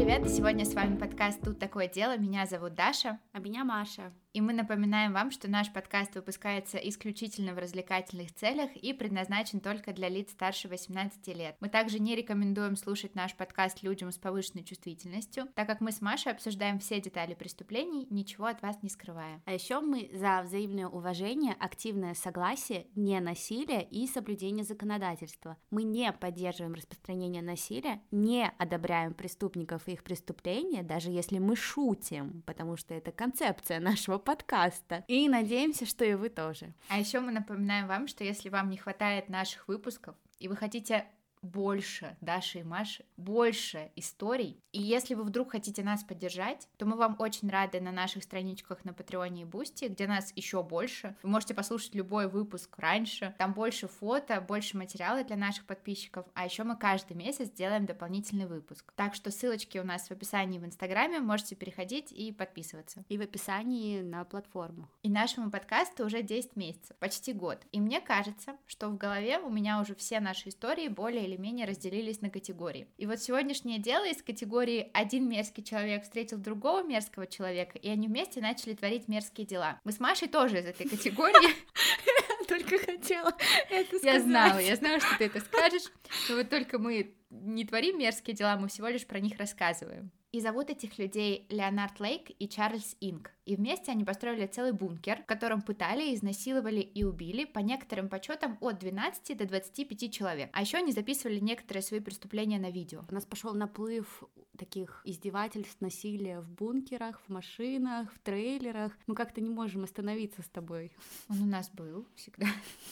привет! Сегодня с вами подкаст «Тут такое дело». Меня зовут Даша. А меня Маша. И мы напоминаем вам, что наш подкаст выпускается исключительно в развлекательных целях и предназначен только для лиц старше 18 лет. Мы также не рекомендуем слушать наш подкаст людям с повышенной чувствительностью, так как мы с Машей обсуждаем все детали преступлений, ничего от вас не скрывая. А еще мы за взаимное уважение, активное согласие, ненасилие и соблюдение законодательства. Мы не поддерживаем распространение насилия, не одобряем преступников и их преступления, даже если мы шутим, потому что это концепция нашего подкаста. И надеемся, что и вы тоже. А еще мы напоминаем вам, что если вам не хватает наших выпусков, и вы хотите больше Даши и Маши, больше историй. И если вы вдруг хотите нас поддержать, то мы вам очень рады на наших страничках на Патреоне и Бусти, где нас еще больше. Вы можете послушать любой выпуск раньше. Там больше фото, больше материала для наших подписчиков. А еще мы каждый месяц делаем дополнительный выпуск. Так что ссылочки у нас в описании в Инстаграме, можете переходить и подписываться. И в описании на платформу. И нашему подкасту уже 10 месяцев, почти год. И мне кажется, что в голове у меня уже все наши истории более или менее разделились на категории. И вот сегодняшнее дело из категории «один мерзкий человек встретил другого мерзкого человека», и они вместе начали творить мерзкие дела. Мы с Машей тоже из этой категории. Только хотела это сказать. Я знала, что ты это скажешь, но вот только мы не творим мерзкие дела, мы всего лишь про них рассказываем. И зовут этих людей Леонард Лейк и Чарльз Инг. И вместе они построили целый бункер, в котором пытали, изнасиловали и убили, по некоторым подсчетам, от 12 до 25 человек. А еще они записывали некоторые свои преступления на видео. У нас пошел наплыв таких издевательств, насилия в бункерах, в машинах, в трейлерах. Мы как-то не можем остановиться с тобой. Он у нас был всегда.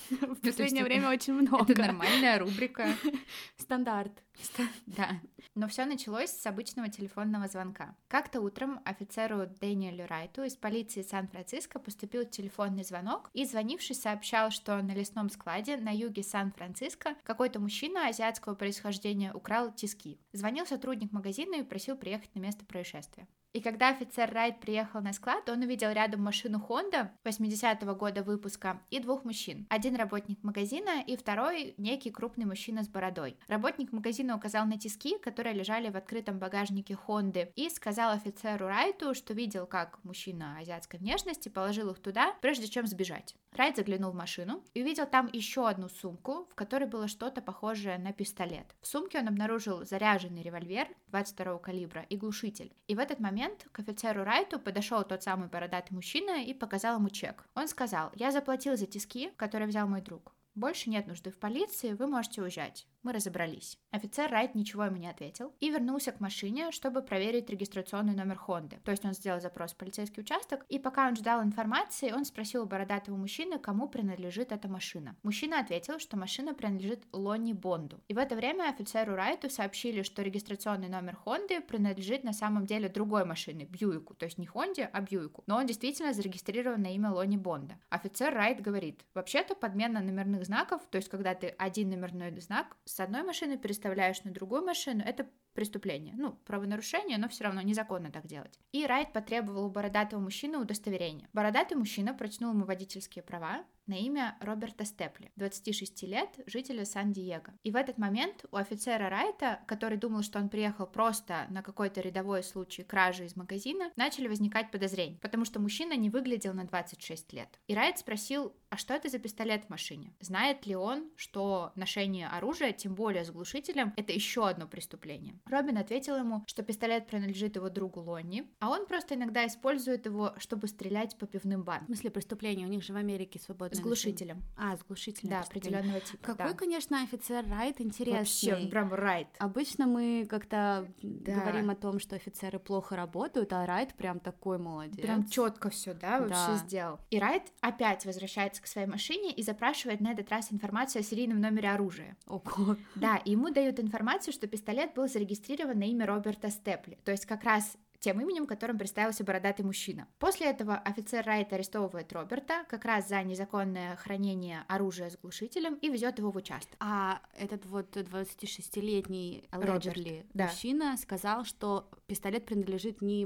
В последнее время очень много. Это нормальная рубрика. Стандарт. Да. Но все началось с обычного телефонного звонка. Как-то утром офицеру Дэниелу Райту из полиции Сан-Франциско поступил телефонный звонок, и звонивший сообщал, что на лесном складе на юге Сан-Франциско какой-то мужчина азиатского происхождения украл тиски. Звонил сотрудник магазина и просил приехать на место происшествия. И когда офицер Райт приехал на склад, он увидел рядом машину Honda 80-го года выпуска и двух мужчин. Один работник магазина и второй некий крупный мужчина с бородой. Работник магазина указал на тиски, которые лежали в открытом багажнике Хонды, и сказал офицеру Райту, что видел, как мужчина азиатской внешности положил их туда, прежде чем сбежать. Райт заглянул в машину и увидел там еще одну сумку, в которой было что-то похожее на пистолет. В сумке он обнаружил заряженный револьвер 22-го калибра и глушитель. И в этот момент к офицеру Райту подошел тот самый бородатый мужчина и показал ему чек. Он сказал: «Я заплатил за тиски, которые взял мой друг. Больше нет нужды в полиции, вы можете уезжать. Мы разобрались». Офицер Райт ничего ему не ответил и вернулся к машине, чтобы проверить регистрационный номер Хонды. То есть он сделал запрос в полицейский участок, и пока он ждал информации, он спросил у бородатого мужчины, кому принадлежит эта машина. Мужчина ответил, что машина принадлежит Лонни Бонду. И в это время офицеру Райту сообщили, что регистрационный номер Хонды принадлежит на самом деле другой машине, Бьюику. То есть не Хонде, а Бьюику. Но он действительно зарегистрирован на имя Лонни Бонда. Офицер Райт говорит: вообще-то подмена номерных знаков, то есть когда ты один номерной знак с одной машины переставляешь на другую машину, это преступление. Правонарушение, но все равно незаконно так делать. И Райт потребовал у бородатого мужчины удостоверение. Бородатый мужчина протянул ему водительские права на имя Роберта Степли, 26 лет, жителя Сан-Диего. И в этот момент у офицера Райта, который думал, что он приехал просто на какой-то рядовой случай кражи из магазина, начали возникать подозрения, потому что мужчина не выглядел на 26 лет. И Райт спросил: а что это за пистолет в машине? Знает ли он, что ношение оружия, тем более с глушителем, это еще одно преступление? Робин ответил ему, что пистолет принадлежит его другу Лонни, а он просто иногда использует его, чтобы стрелять по пивным банкам. В смысле преступления? У них же в Америке свободное с глушителем. С глушителем. Да, определенного типа. Какой, конечно, офицер Райт интересный. Вообще, прям Райт. Обычно мы как-то говорим о том, что офицеры плохо работают, а Райт прям такой молодец. Прям четко все, вообще сделал. И Райт опять возвращается к своей машине и запрашивает на этот раз информацию о серийном номере оружия. Ого. Да, и ему дают информацию, что пистолет был зарегистрирован на имя Роберта Степли. То есть как раз тем именем, которым представился бородатый мужчина. После этого офицер Райт арестовывает Роберта как раз за незаконное хранение оружия с глушителем и везет его в участок. А этот вот 26-летний allegedly мужчина сказал, что пистолет принадлежит не ему.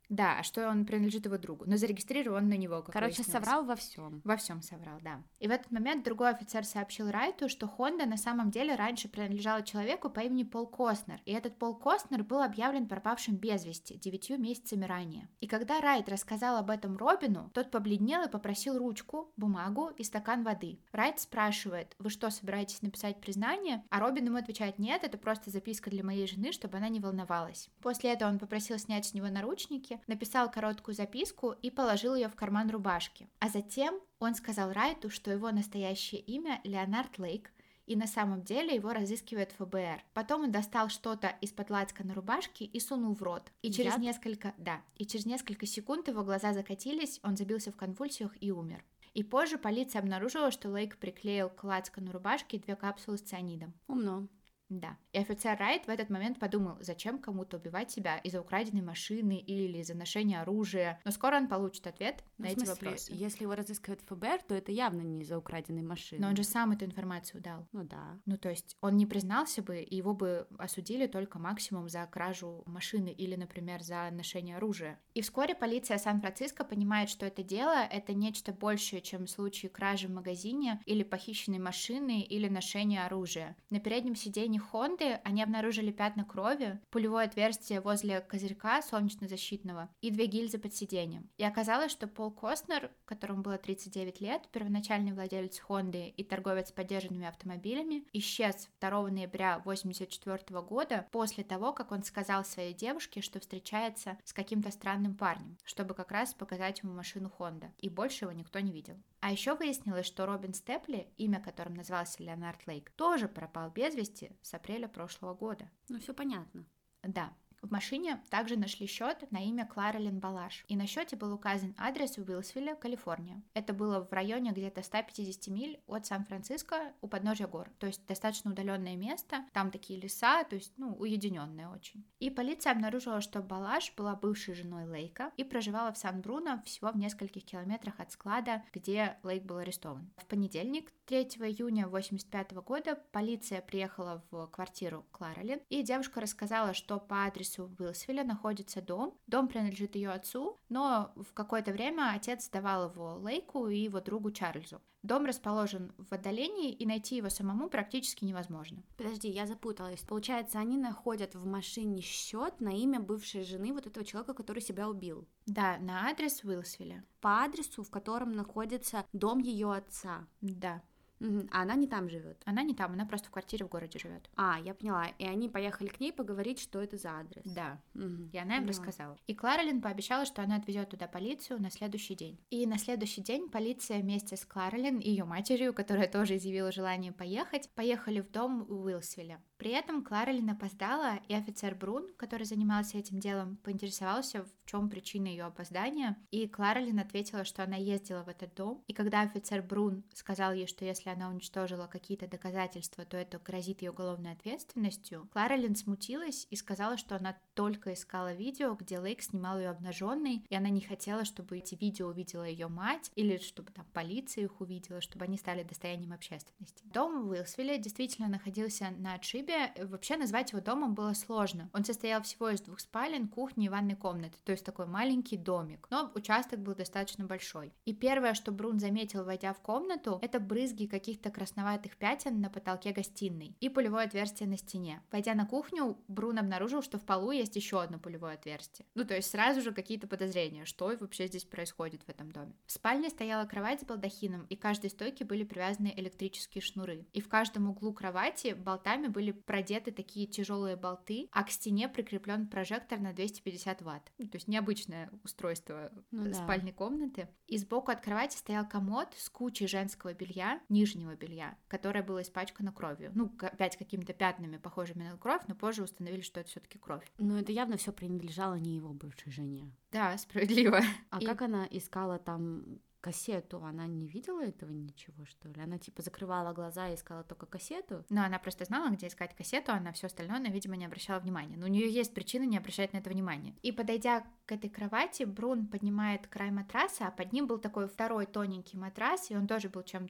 Да, что он принадлежит его другу, но зарегистрирован на него, как Короче, выяснилось. соврал во всем. Во всем соврал, да. И в этот момент другой офицер сообщил Райту, что Honda на самом деле раньше принадлежала человеку по имени Пол Костнер, и этот Пол Костнер был объявлен пропавшим без вести 9 месяцами ранее. И когда Райт рассказал об этом Робину, тот побледнел и попросил ручку, бумагу и стакан воды. Райт спрашивает: вы что, собираетесь написать признание? А Робин ему отвечает: нет, это просто записка для моей жены, чтобы она не волновалась. После этого он попросил снять с него наручники, написал короткую записку и положил ее в карман рубашки. А затем он сказал Райту, что его настоящее имя Леонард Лейк, и на самом деле его разыскивает ФБР. Потом он достал что-то из-под лацкана рубашки и сунул в рот. И через несколько секунд его глаза закатились, он забился в конвульсиях и умер. И позже полиция обнаружила, что Лейк приклеил к лацкану рубашки 2 капсулы с цианидом. Умно. Да. И офицер Райт в этот момент подумал, зачем кому-то убивать себя из-за украденной машины или из-за ношения оружия. Но скоро он получит ответ на эти вопросы. Если его разыскивает ФБР, то это явно не из-за украденной машины. Но он же сам эту информацию дал. Ну да. Ну то есть он не признался бы, и его бы осудили только максимум за кражу машины или, например, за ношение оружия. И вскоре полиция Сан-Франциско понимает, что это дело — это нечто большее, чем случай кражи в магазине или похищенной машины или ношения оружия. На переднем сиденье Хонды они обнаружили пятна крови, пулевое отверстие возле козырька солнечно-защитного и 2 гильзы под сиденьем. И оказалось, что Пол Костнер, которому было 39 лет, первоначальный владелец Хонды и торговец подержанными автомобилями, исчез 2 ноября 1984 года после того, как он сказал своей девушке, что встречается с каким-то странным парнем, чтобы как раз показать ему машину Хонда. И больше его никто не видел. А еще выяснилось, что Робин Степли, имя которым назвался Леонард Лейк, тоже пропал без вести с апреля прошлого года. Ну, все понятно. Да. В машине также нашли счет на имя Кларалин Балаш, и на счете был указан адрес в Уиллсвилле, Калифорния. Это было в районе где-то 150 миль от Сан-Франциско у подножия гор, то есть достаточно удаленное место, там такие леса, то есть, уединенное очень. И полиция обнаружила, что Балаш была бывшей женой Лейка и проживала в Сан-Бруно всего в нескольких километрах от склада, где Лейк был арестован. В понедельник, 3 июня 1985 года, полиция приехала в квартиру Кларалин, и девушка рассказала, что по адресу в Уиллсвилле находится дом. Дом принадлежит ее отцу, но в какое-то время отец сдавал его Лейку и его другу Чарльзу. Дом расположен в отдалении, и найти его самому практически невозможно. Подожди, я запуталась. Получается, они находят в машине счет на имя бывшей жены вот этого человека, который себя убил. Да, на адрес в Уиллсвилле. По адресу, в котором находится дом ее отца. Да. Угу. А она не там живет. Она не там, она просто в квартире в городе живет. А, я поняла. И они поехали к ней поговорить, что это за адрес. Да. Угу. И она им рассказала. И Кларалин пообещала, что она отвезет туда полицию на следующий день. И на следующий день полиция вместе с Кларалин и ее матерью, которая тоже изъявила желание поехать, поехали в дом в Уиллсвилле. При этом Кларалин опоздала, и офицер Брун, который занимался этим делом, поинтересовался, в чем причина ее опоздания. И Кларалин ответила, что она ездила в этот дом. И когда офицер Брун сказал ей, что если она уничтожила какие-то доказательства, то это грозит ее уголовной ответственностью, Кларалин смутилась и сказала, что она только искала видео, где Лейк снимал ее обнаженной, и она не хотела, чтобы эти видео увидела ее мать, или чтобы там полиция их увидела, чтобы они стали достоянием общественности. Дом в Уиллсвилле действительно находился на отшибе. Вообще назвать его домом было сложно. Он состоял всего из 2 спален, кухни и ванной комнаты, то есть такой маленький домик, но участок был достаточно большой. И первое, что Брун заметил, войдя в комнату, это брызги каких-то красноватых пятен на потолке гостиной и пулевое отверстие на стене. Войдя на кухню, Брун обнаружил, что в полу есть еще одно пулевое отверстие. То есть сразу же какие-то подозрения, что вообще здесь происходит в этом доме. В спальне стояла кровать с балдахином, и к каждой стойке были привязаны электрические шнуры. И в каждом углу кровати болтами были продеты такие тяжелые болты, а к стене прикреплен прожектор на 250 ватт. То есть необычное устройство спальной комнаты. И сбоку от кровати стоял комод с кучей женского белья, нижнего белья, которое было испачкано кровью. Опять какими-то пятнами, похожими на кровь, но позже установили, что это все-таки кровь. Но это явно все принадлежало не его бывшей жене. Да, справедливо. А как она искала там кассету? Она не видела этого ничего, что ли? Она закрывала глаза и искала только кассету? Но она просто знала, где искать кассету, а на все остальное она, видимо, не обращала внимания. Но у нее есть причина не обращать на это внимания. И подойдя к этой кровати, Брун поднимает край матраса, а под ним был такой второй тоненький матрас, и он тоже был чем-то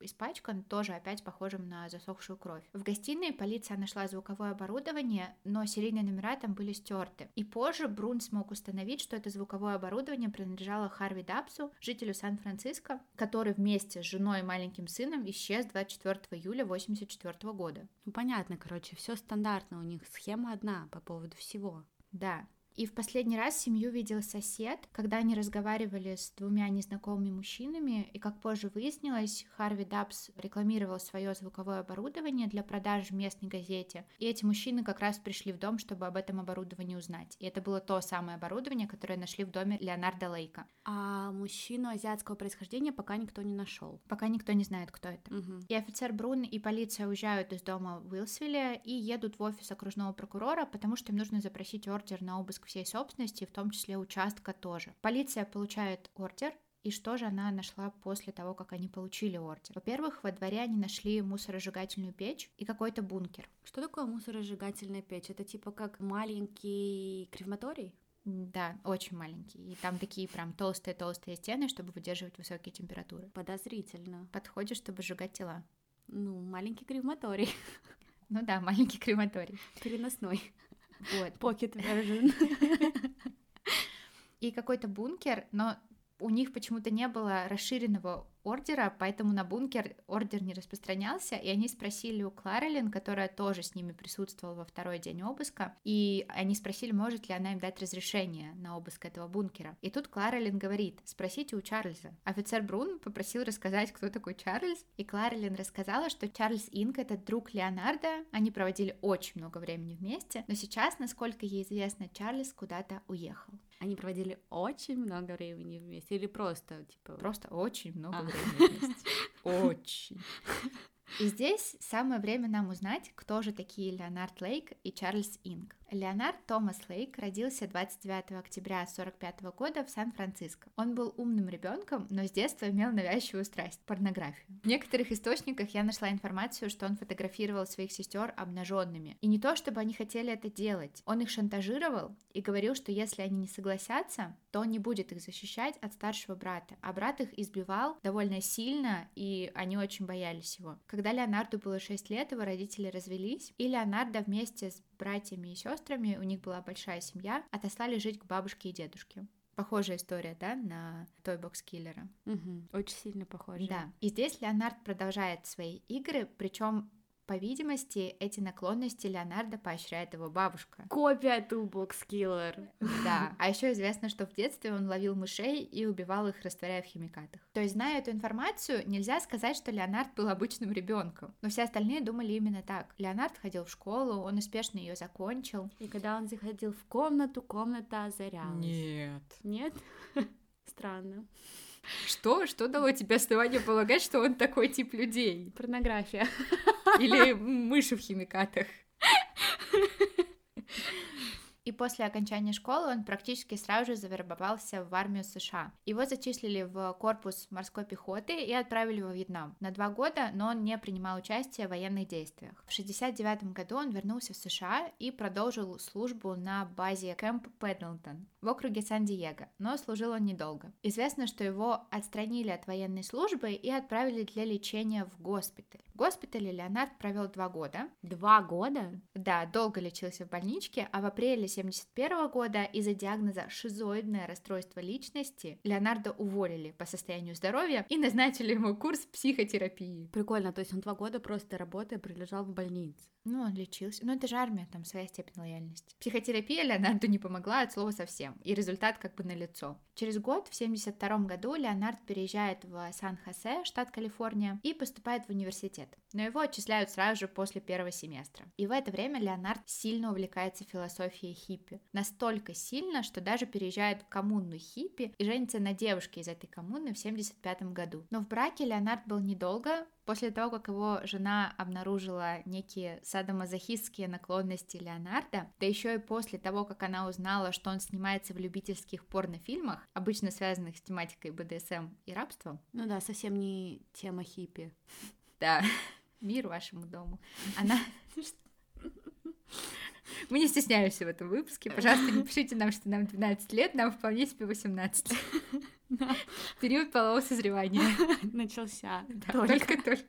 испачкан, тоже опять похожим на засохшую кровь. В гостиной полиция нашла звуковое оборудование, но серийные номера там были стерты. И позже Брун смог установить, что это звуковое оборудование принадлежало Харви Дабсу, жителю Сан-Франциско, который вместе с женой и маленьким сыном исчез 24 июля 1984 года. Ну, понятно, короче, все стандартно, у них схема одна по поводу всего. Да. И в последний раз семью видел сосед, когда они разговаривали с двумя незнакомыми мужчинами, и, как позже выяснилось, Харви Дабс рекламировал свое звуковое оборудование для продаж в местной газете, и эти мужчины как раз пришли в дом, чтобы об этом оборудовании узнать. И это было то самое оборудование, которое нашли в доме Леонарда Лейка. А мужчину азиатского происхождения пока никто не нашел. Пока никто не знает, кто это. Угу. И офицер Брун и полиция уезжают из дома в Уилсвилле и едут в офис окружного прокурора, потому что им нужно запросить ордер на обыск всей собственности, в том числе участка тоже. Полиция получает ордер, и что же она нашла после того, как они получили ордер? Во-первых, во дворе они нашли мусоросжигательную печь и какой-то бункер. Что такое мусоросжигательная печь? Это типа как маленький крематорий? Да, очень маленький. И там такие прям толстые-толстые стены, чтобы выдерживать высокие температуры. Подозрительно. Подходит, чтобы сжигать тела. Ну, маленький крематорий. Ну да, маленький крематорий. Переносной. Вот. Pocket version. И какой-то бункер, но у них почему-то не было расширенного ордера, поэтому на бункер ордер не распространялся, и они спросили у Кларелин, которая тоже с ними присутствовала во второй день обыска, и они спросили, может ли она им дать разрешение на обыск этого бункера. И тут Кларелин говорит: спросите у Чарльза. Офицер Брун попросил рассказать, кто такой Чарльз, и Кларелин рассказала, что Чарльз Инк — это друг Леонардо, они проводили очень много времени вместе, но сейчас, насколько ей известно, Чарльз куда-то уехал. Они проводили очень много времени вместе или просто, типа... Просто очень много времени вместе. Очень. И здесь самое время нам узнать, кто же такие Леонард Лейк и Чарльз Инк. Леонард Томас Лейк родился 29 октября 1945 года в Сан-Франциско. Он был умным ребенком, но с детства имел навязчивую страсть — порнографию. В некоторых источниках я нашла информацию, что он фотографировал своих сестер обнаженными. И не то, чтобы они хотели это делать. Он их шантажировал и говорил, что если они не согласятся, то он не будет их защищать от старшего брата. А брат их избивал довольно сильно, и они очень боялись его. Когда Леонарду было 6 лет, его родители развелись, и Леонардо вместе с братьями и сестрами, у них была большая семья, отослали жить к бабушке и дедушке. Похожая история, да, на Toy Box Killer. Угу, очень сильно похожа. Да. И здесь Леонард продолжает свои игры, причем, по видимости, эти наклонности Леонардо поощряет его бабушка. Копия Toy Box Killer. Да. А еще известно, что в детстве он ловил мышей и убивал их, растворяя в химикатах. То есть, зная эту информацию, нельзя сказать, что Леонард был обычным ребенком. Но все остальные думали именно так. Леонард ходил в школу, он успешно ее закончил. И когда он заходил в комнату, комната озарялась. Нет. Нет? Странно. Что дало тебе основание полагать, что он такой тип людей? Порнография. Или мыши в химикатах? И после окончания школы он практически сразу же завербовался в армию США. Его зачислили в корпус морской пехоты и отправили во Вьетнам на 2 года, но он не принимал участия в военных действиях. В 1969 году он вернулся в США и продолжил службу на базе Кэмп Пендлтон в округе Сан-Диего, но служил он недолго. Известно, что его отстранили от военной службы и отправили для лечения в госпиталь. В госпитале Леонард провел 2 года. 2 года? Да, долго лечился в больничке, а в апреле 1971 года из-за диагноза шизоидное расстройство личности Леонардо уволили по состоянию здоровья и назначили ему курс психотерапии. Прикольно, то есть он 2 года просто работая пролежал в больнице. Ну, он лечился. Ну, это же армия, там своя степень лояльности. Психотерапия Леонарду не помогла от слова совсем, и результат как бы налицо. Через год, в 1972 году, Леонард переезжает в Сан-Хосе, штат Калифорния, и поступает в университет. Но его отчисляют сразу же после первого семестра. И в это время Леонард сильно увлекается философией хиппи. Настолько сильно, что даже переезжает в коммуну хиппи и женится на девушке из этой коммуны в 1975 году. Но в браке Леонард был недолго. После того, как его жена обнаружила некие садомазохистские наклонности Леонардо, да еще и после того, как она узнала, что он снимается в любительских порнофильмах, обычно связанных с тематикой БДСМ и рабством. Ну да, совсем не тема хиппи. Да, мир вашему дому. Она... Мы не стесняемся в этом выпуске. Пожалуйста, не пишите нам, что нам 12 лет, нам вполне себе 18. Период полового созревания. Начался. Только-только.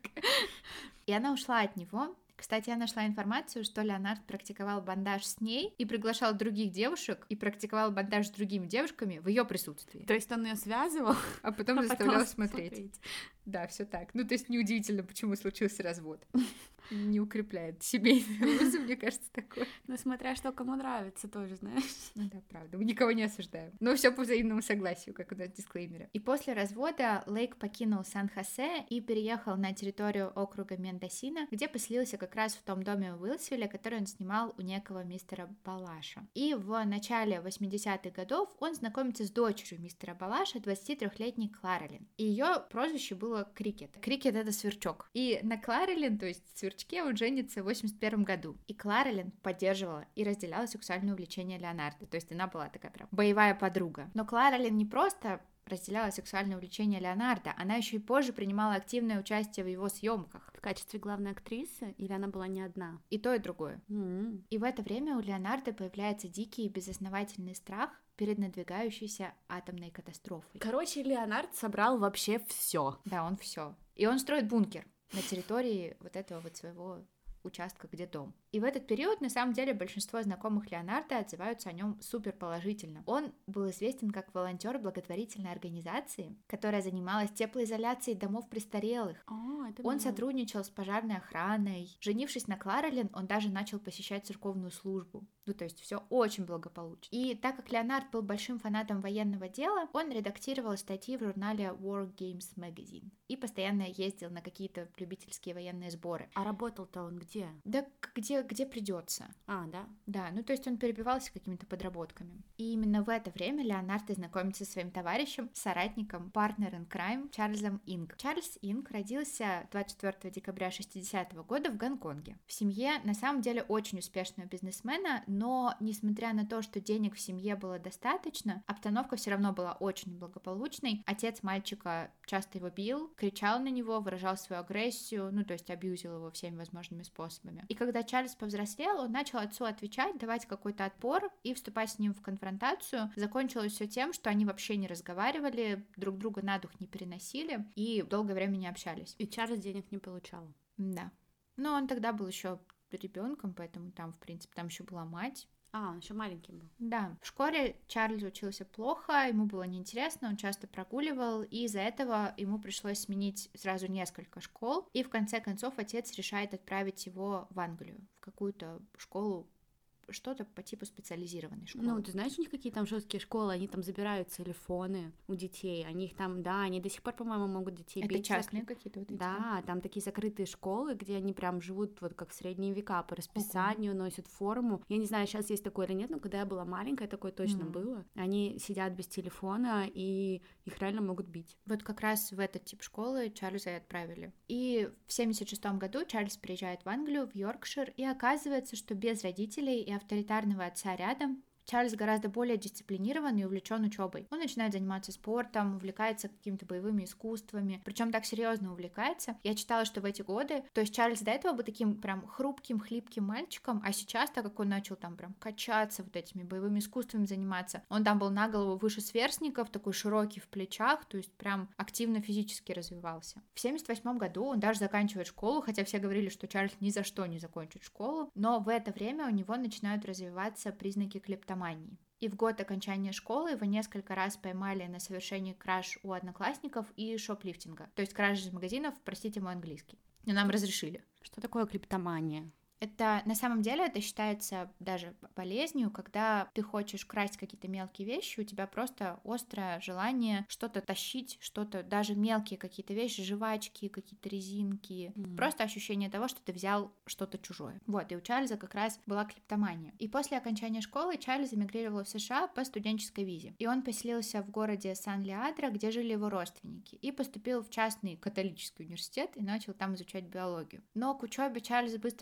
И она ушла от него. Кстати, я нашла информацию, что Леонард практиковал бандаж с ней и приглашал других девушек и практиковал бандаж с другими девушками в ее присутствии. То есть он ее связывал, а потом заставлял смотреть. Да, все так. Ну, то есть неудивительно, почему случился развод. Не укрепляет семейные узы, мне кажется, такое. Ну, смотря что кому нравится тоже, знаешь. Ну да, правда. Мы никого не осуждаем. Но все по взаимному согласию, как у нас в дисклеймере. И после развода Лейк покинул Сан-Хосе и переехал на территорию округа Мендосино, где поселился как раз в том доме в Уилсвилле, который он снимал у некого мистера Балаша. И в начале 80-х годов он знакомится с дочерью мистера Балаша, 23-летней Кларалин. И ее прозвище было Крикет. Крикет — это сверчок. И на Кларалин, то есть сверчке, он женится в 81 году. И Кларалин поддерживала и разделяла сексуальное увлечение Леонардо. То есть она была такая прям боевая подруга. Но Кларалин не просто разделяла сексуальное увлечение Леонардо, она еще и позже принимала активное участие в его съемках. В качестве главной актрисы, или она была не одна? И то, и другое. Mm-hmm. И в это время у Леонардо появляется дикий и безосновательный страх перед надвигающейся атомной катастрофой. Короче, Леонард собрал вообще все. Да, он все. И он строит бункер на территории вот этого вот своего участка, где дом. И в этот период, на самом деле, большинство знакомых Леонардо отзываются о нем супер положительно. Он был известен как волонтер благотворительной организации, которая занималась теплоизоляцией домов престарелых. Он сотрудничал с пожарной охраной. Женившись на Кларалин, он даже начал посещать церковную службу. Ну, то есть все очень благополучно. И так как Леонард был большим фанатом военного дела, он редактировал статьи в журнале War Games Magazine и постоянно ездил на какие-то любительские военные сборы. А работал-то он где? Да где придется. Да? Да, ну то есть он перебивался какими-то подработками. И именно в это время Леонардо знакомится со своим товарищем, соратником, партнер in crime Чарльзом Инг. Чарльз Инг родился 24 декабря 60-го года в Гонконге. В семье, на самом деле, очень успешного бизнесмена, но несмотря на то, что денег в семье было достаточно, обстановка все равно была очень благополучной. Отец мальчика часто его бил, кричал на него, выражал свою агрессию, ну то есть абьюзил его всеми возможными способами. И когда Чарльз повзрослел, он начал отцу отвечать, давать какой-то отпор и вступать с ним в конфронтацию. Закончилось все тем, что они вообще не разговаривали, друг друга на дух не переносили и долгое время не общались. И Чарльз денег не получал. Да. Но он тогда был еще ребенком, поэтому там, в принципе, там еще была мать. Он еще маленький был. Да. В школе Чарльз учился плохо, ему было неинтересно, он часто прогуливал, и из-за этого ему пришлось сменить сразу несколько школ, и в конце концов отец решает отправить его в Англию, в какую-то школу, что-то по типу специализированной школы. Ну, ты знаешь, у них какие там жесткие школы, они там забирают телефоны у детей, они их там, да, они до сих пор, по-моему, могут детей бить. Это частные какие-то вот эти? Да, там такие закрытые школы, где они прям живут вот как в средние века, по расписанию, носят форму. Я не знаю, сейчас есть такое или нет, но когда я была маленькая, такое точно было. Они сидят без телефона, и их реально могут бить. Вот как раз в этот тип школы Чарльза и отправили. И в 76-м году Чарльз приезжает в Англию, в Йоркшир, и оказывается, что без родителей и авторитарного отца рядом Чарльз гораздо более дисциплинирован и увлечен учебой. Он начинает заниматься спортом, увлекается какими-то боевыми искусствами, причем так серьезно увлекается. Я читала, что в эти годы, то есть Чарльз до этого был таким прям хрупким, хлипким мальчиком, а сейчас, так как он начал там прям качаться, вот этими боевыми искусствами заниматься, он там был на голову выше сверстников, такой широкий в плечах, то есть прям активно физически развивался. В 78-м году он даже заканчивает школу, хотя все говорили, что Чарльз ни за что не закончит школу, но в это время у него начинают развиваться признаки клептомании. И в год окончания школы его несколько раз поймали на совершении краж у одноклассников и шоплифтинга. То есть краж из магазинов, простите мой английский. Но нам разрешили. Что такое клептомания? Это, на самом деле, это считается даже болезнью, когда ты хочешь красть какие-то мелкие вещи, у тебя просто острое желание что-то тащить, что-то, даже мелкие какие-то вещи, жвачки, какие-то резинки, просто ощущение того, что ты взял что-то чужое. Вот, и у Чарльза как раз была клептомания. И после окончания школы Чарльз эмигрировал в США по студенческой визе. И он поселился в городе Сан-Леандро, где жили его родственники, и поступил в частный католический университет и начал там изучать биологию. Но к учебе Чарльз быстро охладел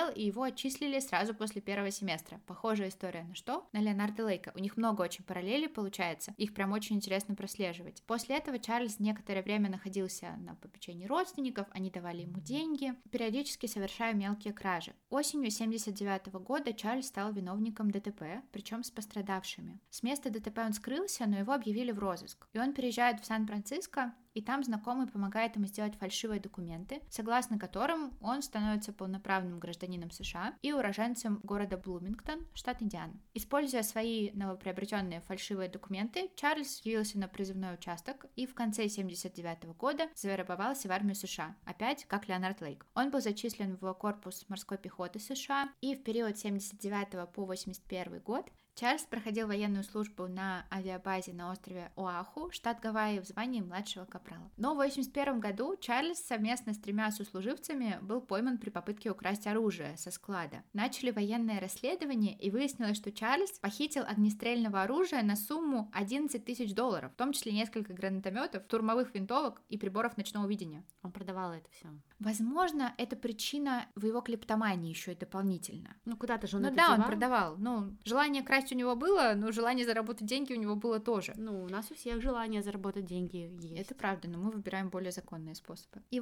заболел, и его отчислили сразу после первого семестра. Похожая история на что? На Леонарда Лейка. У них много очень параллелей получается, их прям очень интересно прослеживать. После этого Чарльз некоторое время находился на попечении родственников, они давали ему деньги, периодически совершая мелкие кражи. Осенью 1979 года Чарльз стал виновником ДТП, причем с пострадавшими. С места ДТП он скрылся, но его объявили в розыск. И он переезжает в Сан-Франциско, и там знакомый помогает ему сделать фальшивые документы, согласно которым он становится полноправным гражданином США и уроженцем города Блумингтон, штат Индиана. Используя свои новоприобретенные фальшивые документы, Чарльз явился на призывной участок и в конце 1979 года завербовался в армию США, опять как Леонард Лейк. Он был зачислен в корпус морской пехоты США, и в период с 1979 по 1981 год Чарльз проходил военную службу на авиабазе на острове Оаху, штат Гавайи, в звании младшего капрала. Но в 1981 году Чарльз совместно с 3 сослуживцами был пойман при попытке украсть оружие со склада. Начали военное расследование, и выяснилось, что Чарльз похитил огнестрельного оружия на сумму $11 000, в том числе несколько гранатометов, штурмовых винтовок и приборов ночного видения. Он продавал это все. Возможно, это причина в его клептомании еще и дополнительно. Ну, куда-то же он это да, девал. Он продавал. Желание красть у него было, но желание заработать деньги у него было тоже. У нас у всех желание заработать деньги есть. Это правда, но мы выбираем более законные способы. И в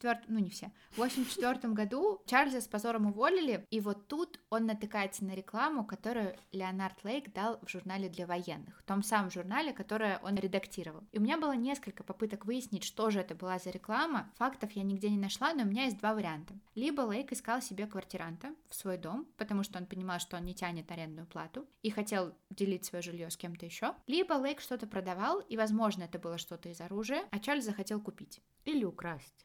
84 году Чарльза с позором уволили, и вот тут он натыкается на рекламу, которую Леонард Лейк дал в журнале для военных, в том самом журнале, который он редактировал. И у меня было несколько попыток выяснить, что же это была за реклама. Фактов я нигде не нашла, но у меня есть 2 варианта. Либо Лейк искал себе квартиранта в свой дом, потому что он понимал, что он не тянет арендную плату, и хотел делить свое жилье с кем-то еще. Либо Лейк что-то продавал, и, возможно, это было что-то из оружия, а Чарльз захотел купить. Или украсть.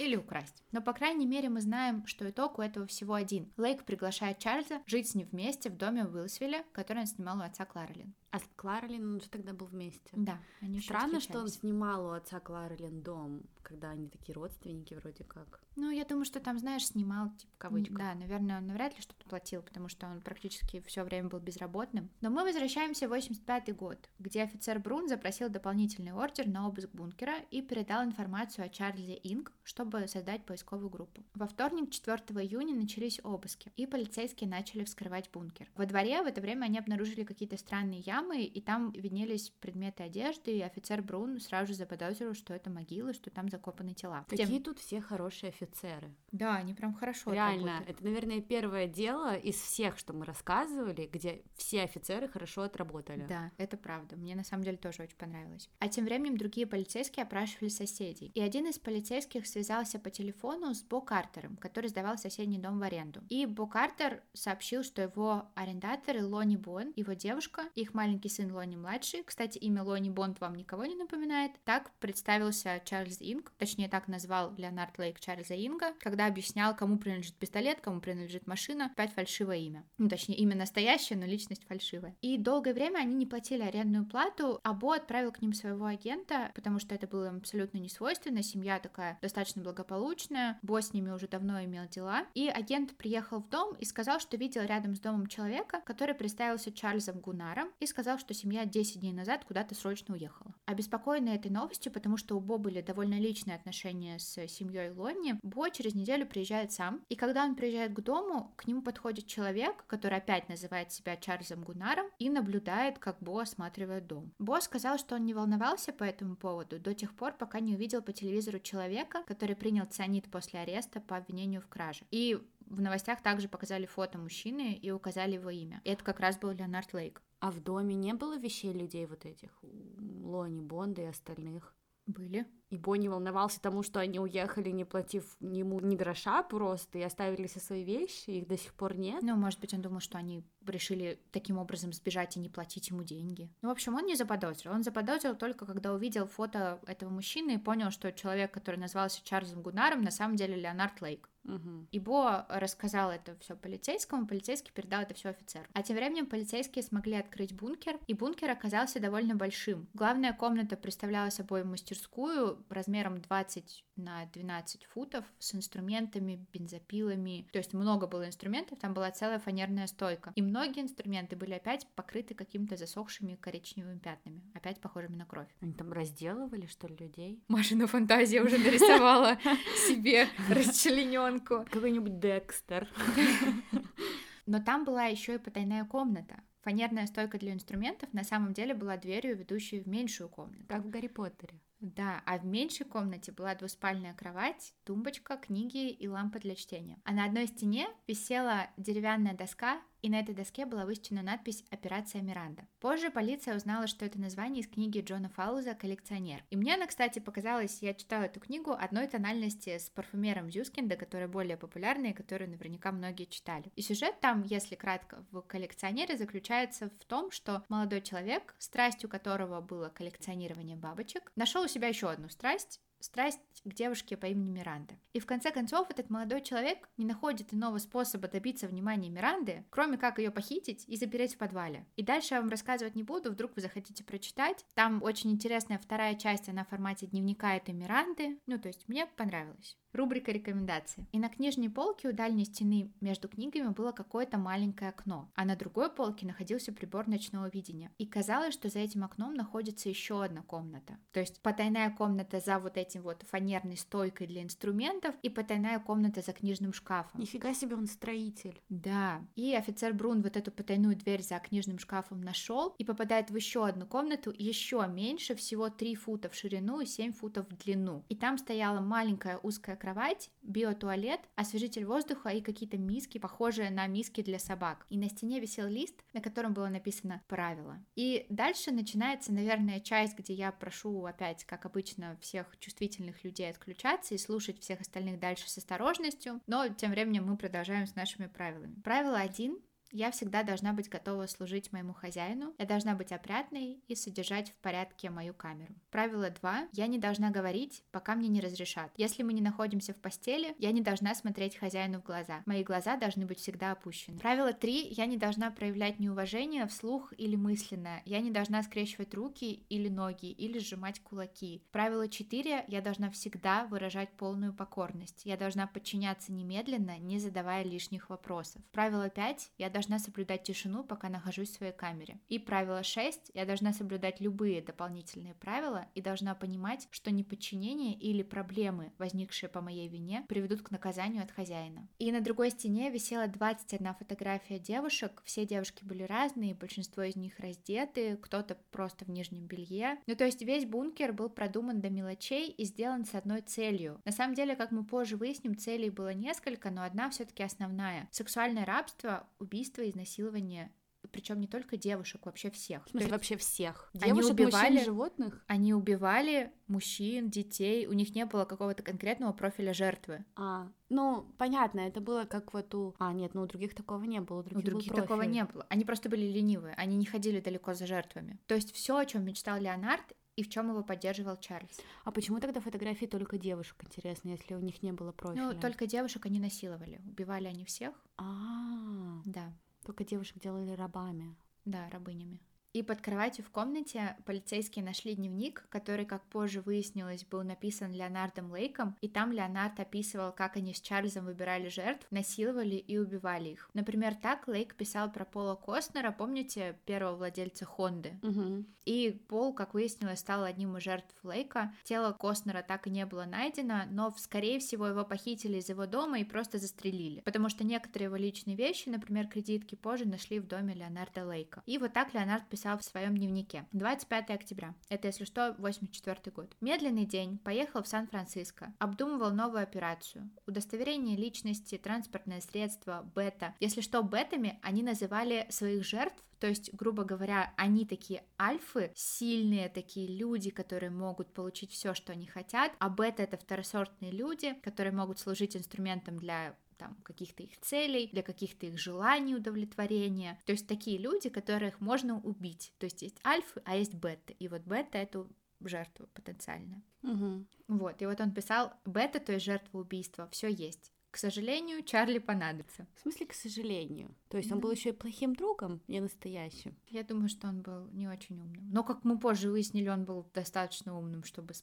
Но, по крайней мере, мы знаем, что итог у этого всего один. Лейк приглашает Чарльза жить с ним вместе в доме в Уиллсвилле, который он снимал у отца Кларолин. А с Кларолин он же тогда был вместе. Да, они Странно, что он снимал у отца Кларолин дом, когда они такие родственники вроде как. Я думаю, что там, знаешь, снимал, типа, в кавычках. Да, наверное, он навряд ли что-то платил, потому что он практически все время был безработным. Но мы возвращаемся в 1985 год, где офицер Брун запросил дополнительный ордер на обыск бункера и передал информацию о Чарльзе Инг, чтобы создать поисковую группу. Во вторник, 4 июня, начались обыски, и полицейские начали вскрывать бункер. Во дворе в это время они обнаружили какие-то странные ямы, и там виднелись предметы одежды, и офицер Брун сразу же заподозрил, что это могилы, что там закопаны тела. Какие тут все хорошие офицеры. Да, они прям хорошо Реально, отработали. это, наверное, первое дело из всех, что мы рассказывали, где все офицеры хорошо отработали. Да, это правда. Мне на самом деле тоже очень понравилось. А тем временем другие полицейские опрашивали соседей. И один из полицейских связался по телефону с Бо Картером, который сдавал соседний дом в аренду. И Бо Картер сообщил, что его арендаторы Лони Бон, его девушка, их маленький сын Лони-младший, кстати, имя Лони Бонд вам никого не напоминает, так представился Чарльз Инг, точнее так назвал Леонард Лейк Чарльза Инга, когда объяснял, кому принадлежит пистолет, кому принадлежит машина, опять фальшивое имя. Точнее, имя настоящее, но личность фальшивая. И долгое время они не платили арендную плату, а Бо отправил к ним своего агента, потому что это было им абсолютно не свойственно, семья такая достаточно благополучная, Бо с ними уже давно имел дела, и агент приехал в дом и сказал, что видел рядом с домом человека, который представился Чарльзом Гунаром, и сказал, что семья 10 дней назад куда-то срочно уехала. Обеспокоенный этой новостью, потому что у Бо были довольно личные отношения с семьей Лонни, Бо через неделю приезжает сам, и когда он приезжает к дому, к нему подходит человек, который опять называет себя Чарльзом Гунаром, и наблюдает, как Бо осматривает дом. Бо сказал, что он не волновался по этому поводу до тех пор, пока не увидел по телевизору человека, который принял цианид после ареста по обвинению в краже. И в новостях также показали фото мужчины и указали его имя. И это как раз был Леонард Лейк. А в доме не было вещей людей вот этих, Лони Бонда и остальных? Были. И Бо не волновался тому, что они уехали, не платив ему ни гроша просто, и оставили все свои вещи, их до сих пор нет. Может быть, он думал, что они решили таким образом сбежать и не платить ему деньги. В общем, он не заподозрил. Он заподозрил только, когда увидел фото этого мужчины и понял, что человек, который назвался Чарльзом Гунаром, на самом деле Леонард Лейк. Угу. И Бо рассказал это все полицейскому, полицейский передал это все офицеру. А тем временем полицейские смогли открыть бункер, и бункер оказался довольно большим. Главная комната представляла собой мастерскую размером 20 на 12 футов с инструментами, бензопилами. То есть много было инструментов, там была целая фанерная стойка. И многие инструменты были опять покрыты какими-то засохшими коричневыми пятнами, опять похожими на кровь. Они там разделывали, что ли, людей? Машина фантазия уже нарисовала себе расчлененку. Какой-нибудь Декстер. Но там была еще и потайная комната. Фанерная стойка для инструментов на самом деле была дверью, ведущей в меньшую комнату. Как в Гарри Поттере. Да, а в меньшей комнате была двуспальная кровать, тумбочка, книги и лампа для чтения. А на одной стене висела деревянная доска, и на этой доске была высечена надпись «Операция Миранда». Позже полиция узнала, что это название из книги Джона Фаллуза «Коллекционер». И мне она, кстати, показалась, я читала эту книгу, одной тональности с парфюмером Зюскинда, которая более популярная и которую наверняка многие читали. И сюжет там, если кратко, в «Коллекционере» заключается в том, что молодой человек, страстью которого было коллекционирование бабочек, нашел у себя еще одну страсть к девушке по имени Миранда. И в конце концов этот молодой человек не находит иного способа добиться внимания Миранды, кроме как ее похитить и запереть в подвале. И дальше я вам рассказывать не буду, вдруг вы захотите прочитать. Там очень интересная вторая часть, она в формате дневника этой Миранды. То есть мне понравилось. Рубрика рекомендации. И на книжной полке у дальней стены между книгами было какое-то маленькое окно, а на другой полке находился прибор ночного видения. И казалось, что за этим окном находится еще одна комната. То есть потайная комната за вот этим вот фанерной стойкой для инструментов и потайная комната за книжным шкафом. Нифига себе, он строитель. Да. И офицер Брун вот эту потайную дверь за книжным шкафом нашел и попадает в еще одну комнату, еще меньше, всего 3 фута в ширину и 7 футов в длину. И там стояла маленькая узкая кровать, биотуалет, освежитель воздуха и какие-то миски, похожие на миски для собак. И на стене висел лист, на котором было написано «Правила». И дальше начинается, наверное, часть, где я прошу опять, как обычно, всех чувствительных людей отключаться и слушать всех остальных дальше с осторожностью, но тем временем мы продолжаем с нашими правилами. Правило 1. Я всегда должна быть готова служить моему хозяину, я должна быть опрятной и содержать в порядке мою камеру. Правило 2. Я не должна говорить, пока мне не разрешат. Если мы не находимся в постели, я не должна смотреть хозяину в глаза. Мои глаза должны быть всегда опущены. Правило 3. Я не должна проявлять неуважение вслух или мысленно. Я не должна скрещивать руки или ноги, или сжимать кулаки. Правило 4. Я должна всегда выражать полную покорность. Я должна подчиняться немедленно, не задавая лишних вопросов. Правило 5. Я должна соблюдать тишину, пока нахожусь в своей камере. И правило 6. Я должна соблюдать любые дополнительные правила и должна понимать, что неподчинение или проблемы, возникшие по моей вине, приведут к наказанию от хозяина. И на другой стене висела 21 фотография девушек. Все девушки были разные, большинство из них раздеты, кто-то просто в нижнем белье. То есть весь бункер был продуман до мелочей и сделан с одной целью. На самом деле, как мы позже выясним, целей было несколько, но одна все-таки основная. Сексуальное рабство, убийство, изнасилование, причем не только девушек, вообще всех. В смысле, вообще всех? Девушек, мужчин, животных? Они убивали мужчин, детей, у них не было какого-то конкретного профиля жертвы. Понятно, это было как вот у... нет, у других такого не было, у других такого не было. Они просто были ленивые, они не ходили далеко за жертвами. То есть все, о чем мечтал Леонард, и в чем его поддерживал Чарльз. А почему тогда фотографии только девушек, интересно, если у них не было профиля? Только девушек они насиловали. Убивали они всех. Да. Только девушек делали рабами. Да, рабынями. И под кроватью в комнате полицейские нашли дневник, который, как позже выяснилось, был написан Леонардом Лейком, и там Леонард описывал, как они с Чарльзом выбирали жертв, насиловали и убивали их. Например, так Лейк писал про Пола Костнера, помните, первого владельца Хонды? Угу. И Пол, как выяснилось, стал одним из жертв Лейка. Тело Костнера так и не было найдено, но, скорее всего, его похитили из его дома и просто застрелили, потому что некоторые его личные вещи, например, кредитки, позже нашли в доме Леонарда Лейка. И вот так Леонард писал в своем дневнике. 25 октября. Это, если что, 84 год. Медленный день. Поехал в Сан-Франциско. Обдумывал новую операцию. Удостоверение личности, транспортное средство, бета. Если что, бетами они называли своих жертв. То есть, грубо говоря, они такие альфы, сильные такие люди, которые могут получить все, что они хотят, а бета — это второсортные люди, которые могут служить инструментом для каких-то их целей, для каких-то их желаний удовлетворения. То есть такие люди, которых можно убить. То есть есть альфы, а есть бета. И вот бета — это жертва потенциальная. Угу. Вот, и вот он писал: бета, то есть жертва убийства, все есть. К сожалению, Чарли понадобится. В смысле, к сожалению? То есть он был еще и плохим другом, не настоящим? Я думаю, что он был не очень умным. Но, как мы позже выяснили, он был достаточно умным, чтобы спасти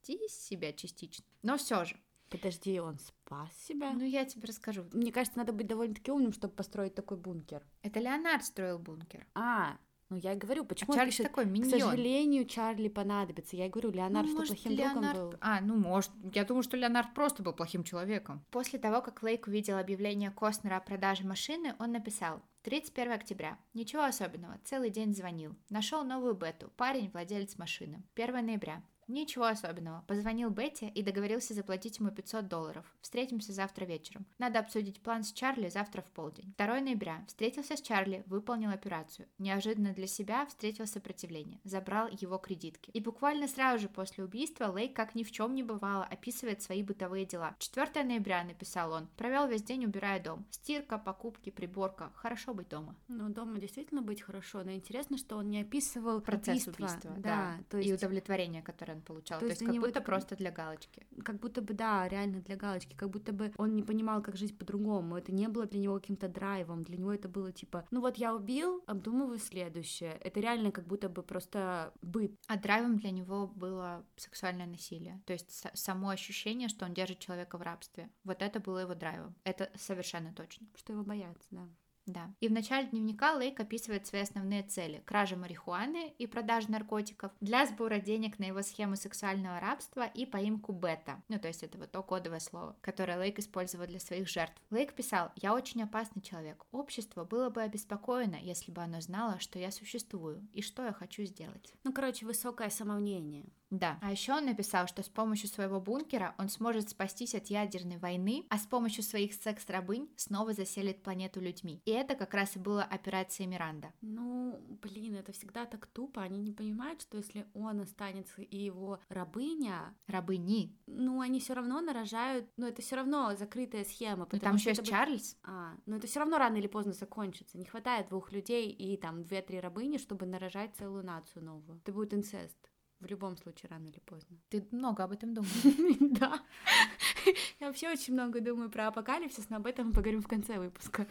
спасти себя частично. Но все же. Подожди, он спас себя? Ну, я тебе расскажу. Мне кажется, надо быть довольно-таки умным, чтобы построить такой бункер. Это Леонард строил бункер. Ну я и говорю, почему Чарли пишет, такой миньон. к сожалению, Чарли понадобится. Я и говорю, Леонард что, плохим другом был? Может. Я думаю, что Леонард просто был плохим человеком. После того, как Лейк увидел объявление Костнера о продаже машины, он написал: 31 октября. Ничего особенного. Целый день звонил. Нашел новую Бету. Парень, владелец машины. 1 ноября. Ничего особенного. Позвонил Бетте и договорился заплатить ему $500. Встретимся завтра вечером. Надо обсудить план с Чарли завтра в полдень. 2 ноября. Встретился с Чарли, выполнил операцию. Неожиданно для себя встретил сопротивление. Забрал его кредитки. И буквально сразу же после убийства Лейк, как ни в чем не бывало, описывает свои бытовые дела. 4 ноября, написал он. Провел весь день, убирая дом. Стирка, покупки, приборка. Хорошо быть дома. Ну, дома действительно быть хорошо, но интересно, что он не описывал процесс убийства. Да. То есть... И удовлетворение, которое он получал. То есть как будто просто для галочки. Как будто бы, да, реально для галочки. Как будто бы он не понимал, как жить по-другому. Это не было для него каким-то драйвом. Для него это было типа, ну вот я убил, обдумываю следующее. Это реально как будто бы просто быт. А драйвом для него было сексуальное насилие. То есть само ощущение, что он держит человека в рабстве. Вот это было его драйвом. Это совершенно точно. Что его боятся, да. Да. И в начале дневника Лейк описывает свои основные цели: кража марихуаны и продажа наркотиков для сбора денег на его схему сексуального рабства и поимку бета. Ну, то есть это вот то кодовое слово, которое Лейк использовал для своих жертв. Лейк писал: «Я очень опасный человек. Общество было бы обеспокоено, если бы оно знало, что я существую и что я хочу сделать». Ну, короче, высокое самомнение. Да. А еще он написал, что с помощью своего бункера он сможет спастись от ядерной войны, а с помощью своих секс-рабынь снова заселит планету людьми. И это как раз и была операция Миранда. Ну, блин, это всегда так тупо. Они не понимают, что если он останется и его рабыня... Рабыни. Ну, они все равно нарожают... Ну, это все равно закрытая схема. Но там еще есть Чарльз. Ну это все равно рано или поздно закончится. Не хватает 2 людей и там 2-3 рабыни, чтобы нарожать целую нацию новую. Это будет инцест. В любом случае, рано или поздно. Ты много об этом думаешь. Да. Я вообще очень много думаю про апокалипсис, но об этом мы поговорим в конце выпуска.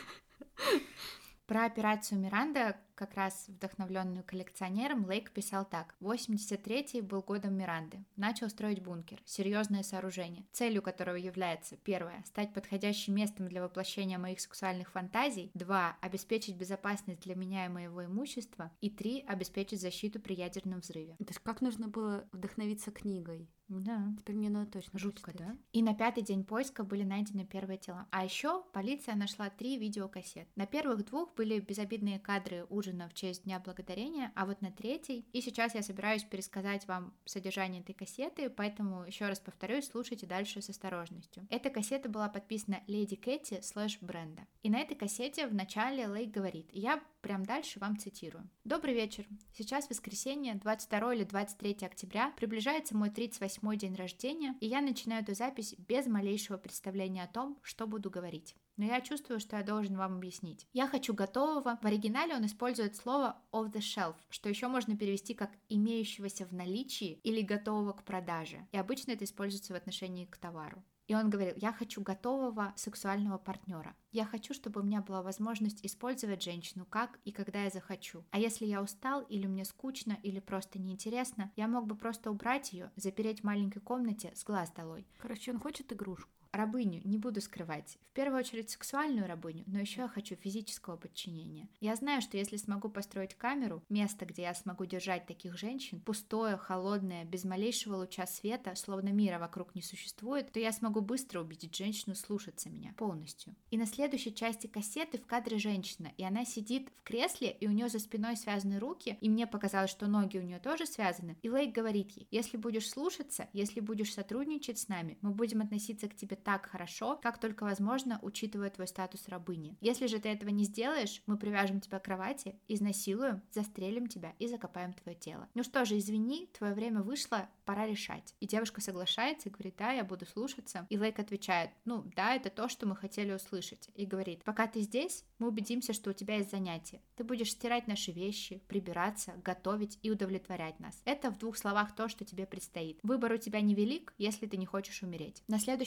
Про операцию Миранда, как раз вдохновленную коллекционером, Лейк писал так: 83-й был годом Миранды. Начал строить бункер, серьезное сооружение, целью которого является: 1. Стать подходящим местом для воплощения моих сексуальных фантазий, 2. Обеспечить безопасность для меня и моего имущества, и 3. Обеспечить защиту при ядерном взрыве. Это ж как нужно было вдохновиться книгой. Да. Теперь мне надо точно жутко, прочитать. Да? И на 5-й день поиска были найдены первые тела. А еще полиция нашла 3 видеокассет. На первых 2 были безобидные кадры ужина в честь Дня Благодарения, а вот на 3-й... И сейчас я собираюсь пересказать вам содержание этой кассеты, поэтому еще раз повторюсь, слушайте дальше с осторожностью. Эта кассета была подписана Леди Кэти /Бренда. И на этой кассете в начале Лейк говорит, я прям дальше вам цитирую. «Добрый вечер. Сейчас воскресенье, 22 или 23 октября, приближается мой 38-й день рождения, и я начинаю эту запись без малейшего представления о том, что буду говорить. Но я чувствую, что я должен вам объяснить. Я хочу готового». В оригинале он использует слово «off the shelf», что еще можно перевести как «имеющегося в наличии» или «готового к продаже». И обычно это используется в отношении к товару. И он говорил, я хочу готового сексуального партнера. Я хочу, чтобы у меня была возможность использовать женщину как и когда я захочу. А если я устал, или мне скучно, или просто неинтересно, я мог бы просто убрать ее, запереть в маленькой комнате с глаз долой. Короче, он хочет игрушку. Рабыню, не буду скрывать. В первую очередь сексуальную рабыню, но еще я хочу физического подчинения. Я знаю, что если смогу построить камеру, место, где я смогу держать таких женщин, пустое, холодное, без малейшего луча света, словно мира вокруг не существует, то я смогу быстро убедить женщину слушаться меня полностью. И на следующей части кассеты в кадре женщина, и она сидит в кресле, и у нее за спиной связаны руки, и мне показалось, что ноги у нее тоже связаны. И Лейк говорит ей, если будешь слушаться, если будешь сотрудничать с нами, мы будем относиться к тебе так хорошо, как только возможно, учитывая твой статус рабыни. Если же ты этого не сделаешь, мы привяжем тебя к кровати, изнасилуем, застрелим тебя и закопаем твое тело. Ну что же, извини, твое время вышло, пора решать. И девушка соглашается и говорит, да, я буду слушаться. И Лейк отвечает, ну да, это то, что мы хотели услышать. И говорит, пока ты здесь, мы убедимся, что у тебя есть занятие. Ты будешь стирать наши вещи, прибираться, готовить и удовлетворять нас. Это в 2 словах то, что тебе предстоит. Выбор у тебя невелик, если ты не хочешь умереть. На следующем кадре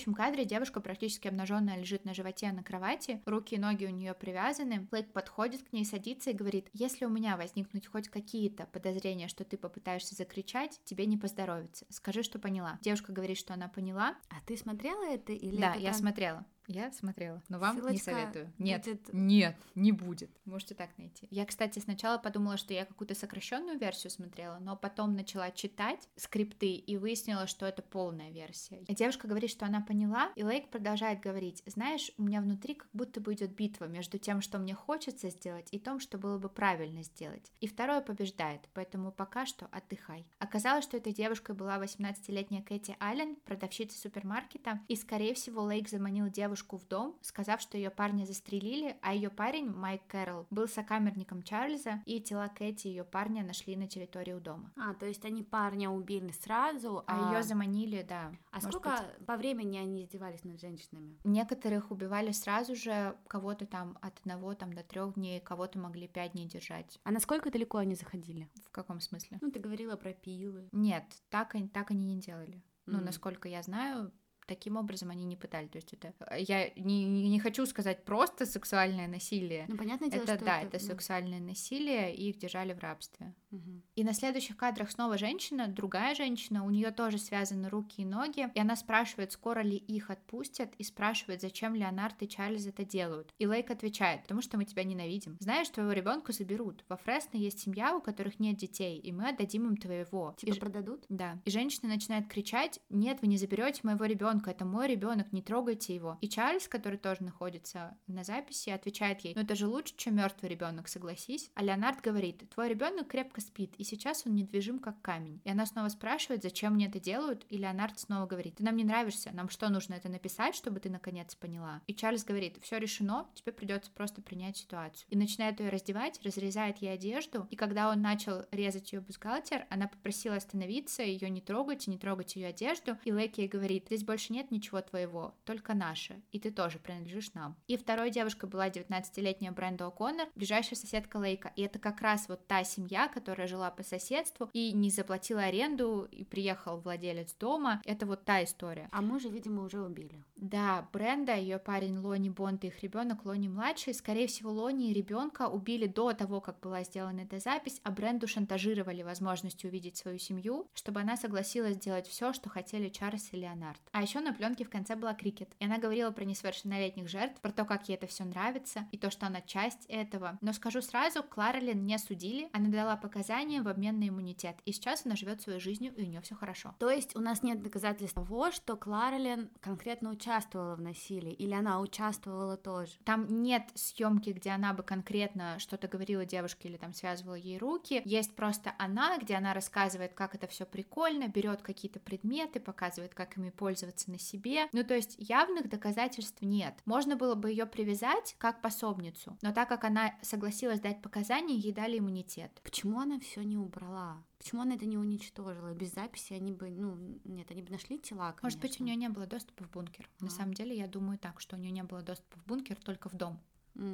кадре девушка практически обнаженная лежит на животе на кровати, руки и ноги у нее привязаны. Лейк подходит к ней, садится и говорит: если у меня возникнут хоть какие-то подозрения, что ты попытаешься закричать, тебе не поздоровится. Скажи, что поняла. Девушка говорит, что она поняла. А ты смотрела это или Да, это я прям... смотрела. Я смотрела, но вам не Ссылочка советую. Нет, будет- нет, не будет. Можете так найти. Я, кстати, сначала подумала, что я какую-то сокращенную версию смотрела, но потом начала читать скрипты и выяснила, что это полная версия. И девушка говорит, что она поняла, и Лейк продолжает говорить: знаешь, у меня внутри как будто бы идет битва между тем, что мне хочется сделать, и том, что было бы правильно сделать. И второе побеждает, поэтому пока что отдыхай. Оказалось, что этой девушкой была 18-летняя Кэти Аллен, продавщица супермаркета, и, скорее всего, Лейк заманил девушку в дом, сказав, что ее парня застрелили, а ее парень, Майк Кэрролл, был сокамерником Чарльза, и тела Кэти и ее парня нашли на территории у дома. То есть они парня убили сразу, А ее заманили, да. А Может сколько быть, по времени они издевались над женщинами? некоторых убивали сразу же, кого-то там от 1 до 3 дней, кого-то могли 5 дней держать. А насколько далеко они заходили? В каком смысле? Ну, ты говорила про пилы. Нет, так они не делали. Ну, Мгм. насколько я знаю, таким образом они не пытали. То есть это... Я не хочу сказать просто сексуальное насилие. Ну, понятное дело, Это, что да, это... это сексуальное насилие, и их держали в рабстве. Мгм. И на следующих кадрах снова женщина, другая женщина, у нее тоже связаны руки и ноги, и она спрашивает, скоро ли их отпустят, и спрашивает, зачем Леонард и Чарльз это делают. И Лейк отвечает: потому что мы тебя ненавидим. Знаешь, твоего ребенка заберут. Во Фресно есть семья, у которых нет детей, и мы отдадим им твоего. Типа продадут? Да. И женщина начинает кричать: нет, вы не заберете моего ребенка, это мой ребенок, не трогайте его. И Чарльз, который тоже находится на записи, отвечает ей: ну это же лучше, чем мертвый ребенок, согласись. А Леонард говорит: твой ребенок крепко спит, и сейчас он недвижим, как камень. И она снова спрашивает, зачем мне это делают, и Леонард снова говорит: ты нам не нравишься, нам что, нужно это написать, чтобы ты наконец поняла? И Чарльз говорит: все решено, тебе придется просто принять ситуацию. И начинает ее раздевать, разрезает ей одежду, и когда он начал резать ее бюстгальтер, она попросила остановиться, ее не трогать ее одежду, и Лейк ей говорит: здесь больше нет ничего твоего, только наше, и ты тоже принадлежишь нам. И второй девушкой была 19-летняя Бренда О'Коннор, ближайшая соседка Лейка, и это как раз вот та семья, которая жила по соседству и не заплатила аренду, и приехал владелец дома. Это вот та история. А мужа, видимо, уже убили. Да, Бренда, ее парень Лони Бонд и их ребенок Лони младший, скорее всего, Лони и ребенка убили до того, как была сделана эта запись, а Бренду шантажировали возможностью увидеть свою семью, чтобы она согласилась сделать все, что хотели Чарльз и Леонард. А еще на пленке в конце была Крикет, и она говорила про несовершеннолетних жертв, про то, как ей это все нравится, и то, что она часть этого. Но скажу сразу, Кларалин не судили, она дала показания в обмен на иммунитет, и сейчас она живет своей жизнью, и у нее все хорошо. То есть у нас нет доказательств того, что Кларалин конкретно участвовала в насилии, или она участвовала тоже? Там нет съемки, где она бы конкретно что-то говорила девушке или там связывала ей руки. Есть просто она, где она рассказывает, как это все прикольно, берет какие-то предметы, показывает, как ими пользоваться на себе. Ну, то есть явных доказательств нет. Можно было бы ее привязать как пособницу, но так как она согласилась дать показания, ей дали иммунитет. Почему она все не убрала? Почему она это не уничтожила? Без записи они бы, они бы нашли тела, конечно. Может быть, у нее не было доступа в бункер. На самом деле, я думаю так, что у нее не было доступа в бункер, только в дом.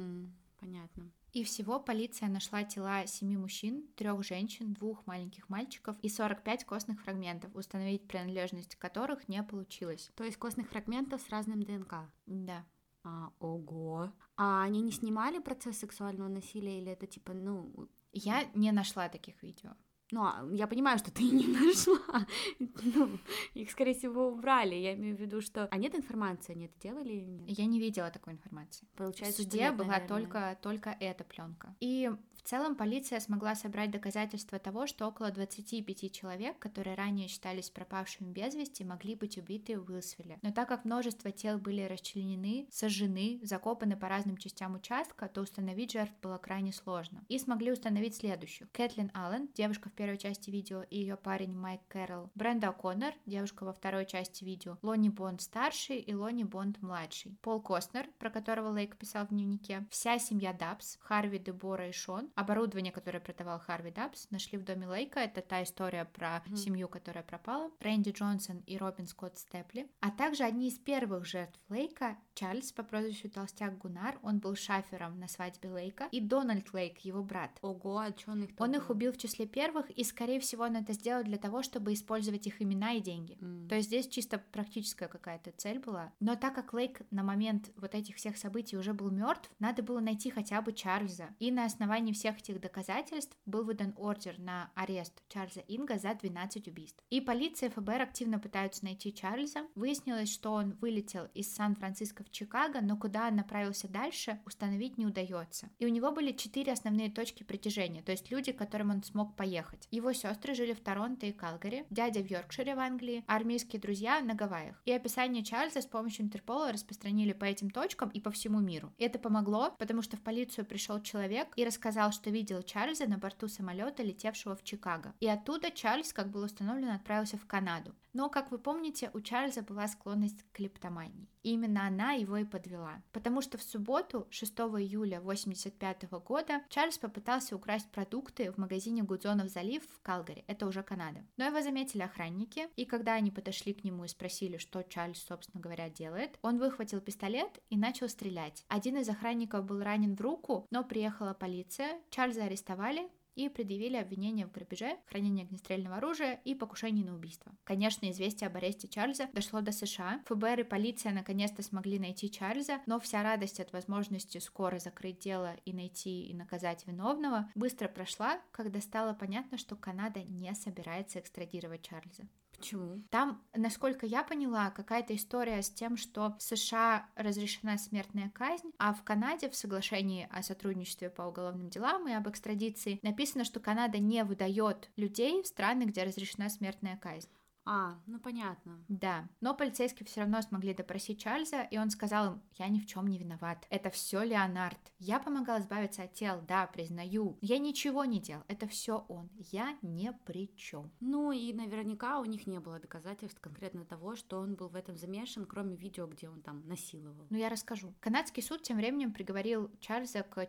Понятно. И всего полиция нашла тела 7 мужчин, 3 женщин, 2 маленьких мальчиков и 45 костных фрагментов, установить принадлежность которых не получилось. То есть костных фрагментов с разным ДНК? Да. Ого. А они не снимали процесс сексуального насилия или это типа, Я не нашла таких видео. Я понимаю, что ты не нашла. Их, скорее всего, убрали. Я имею в виду, что... А нет информации, они это делали или нет? Я не видела такой информации. Получается, в суде была только эта пленка. И в целом полиция смогла собрать доказательства того, что около 25 человек, которые ранее считались пропавшими без вести, могли быть убиты в Уилсвилле. Но так как множество тел были расчленены, сожжены, закопаны по разным частям участка, то установить жертв было крайне сложно. И смогли установить следующих: Кэтлин Аллен, девушка в первой части видео, и ее парень Майк Кэрролл; Бренда О'Коннор, девушка во второй части видео; Лони Бонд старший и Лони Бонд младший; Пол Костнер, про которого Лейк писал в дневнике; вся семья Дабс, Харви, Дебора и Шон. Оборудование, которое продавал Харви Дабс, нашли в доме Лейка. Это та история про семью, которая пропала. Рэнди Джонсон и Робин Скотт Степли. А также одни из первых жертв Лейка, Чарльз по прозвищу Толстяк Гуннар, он был шафером на свадьбе Лейка, и Дональд Лейк, его брат. Ого, а чё он их Он их убил в числе первых, и, скорее всего, он это сделал для того, чтобы использовать их имена и деньги. То есть здесь чисто практическая какая-то цель была. Но так как Лейк на момент вот этих всех событий уже был мертв, надо было найти хотя бы Чарльза. И на основании всех этих доказательств был выдан ордер на арест Чарльза Инга за 12 убийств. И полиция и ФБР активно пытаются найти Чарльза. Выяснилось, что он вылетел из Сан-Франциско в Чикаго, но куда он направился дальше, установить не удается. И у него были 4 основные точки притяжения, то есть люди, к которым он смог поехать. Его сестры жили в Торонто и Калгари, дядя в Йоркшире в Англии, армейские друзья на Гавайях. И описание Чарльза с помощью Интерпола распространили по этим точкам и по всему миру. И это помогло, потому что в полицию пришел человек и рассказал, что видел Чарльза на борту самолета, летевшего в Чикаго. И оттуда Чарльз, как было установлено, отправился в Канаду. Но, как вы помните, у Чарльза была склонность к клептомании. И именно она его и подвела. Потому что в субботу, 6 июля 1985 года, Чарльз попытался украсть продукты в магазине Гудзонов залив в Калгари. Это уже Канада. Но его заметили охранники, и когда они подошли к нему и спросили, что Чарльз, собственно говоря, делает, он выхватил пистолет и начал стрелять. Один из охранников был ранен в руку, но приехала полиция, Чарльза арестовали и предъявили обвинение в грабеже, хранении огнестрельного оружия и покушении на убийство. Конечно, известие об аресте Чарльза дошло до США. ФБР и полиция наконец-то смогли найти Чарльза, но вся радость от возможности скоро закрыть дело и найти и наказать виновного быстро прошла, когда стало понятно, что Канада не собирается экстрадировать Чарльза. Почему? Там, насколько я поняла, какая-то история с тем, что в США разрешена смертная казнь, а в Канаде в соглашении о сотрудничестве по уголовным делам и об экстрадиции написано, что Канада не выдает людей в страны, где разрешена смертная казнь. Ну понятно. Да, но полицейские все равно смогли допросить Чарльза, и он сказал им: я ни в чем не виноват, это все Леонард. Я помогал избавиться от тел, да, признаю. Я ничего не делал, это все он, я ни при чем. Ну и наверняка у них не было доказательств конкретно того, что он был в этом замешан, кроме видео, где он там насиловал. Ну я расскажу. Канадский суд тем временем приговорил Чарльза к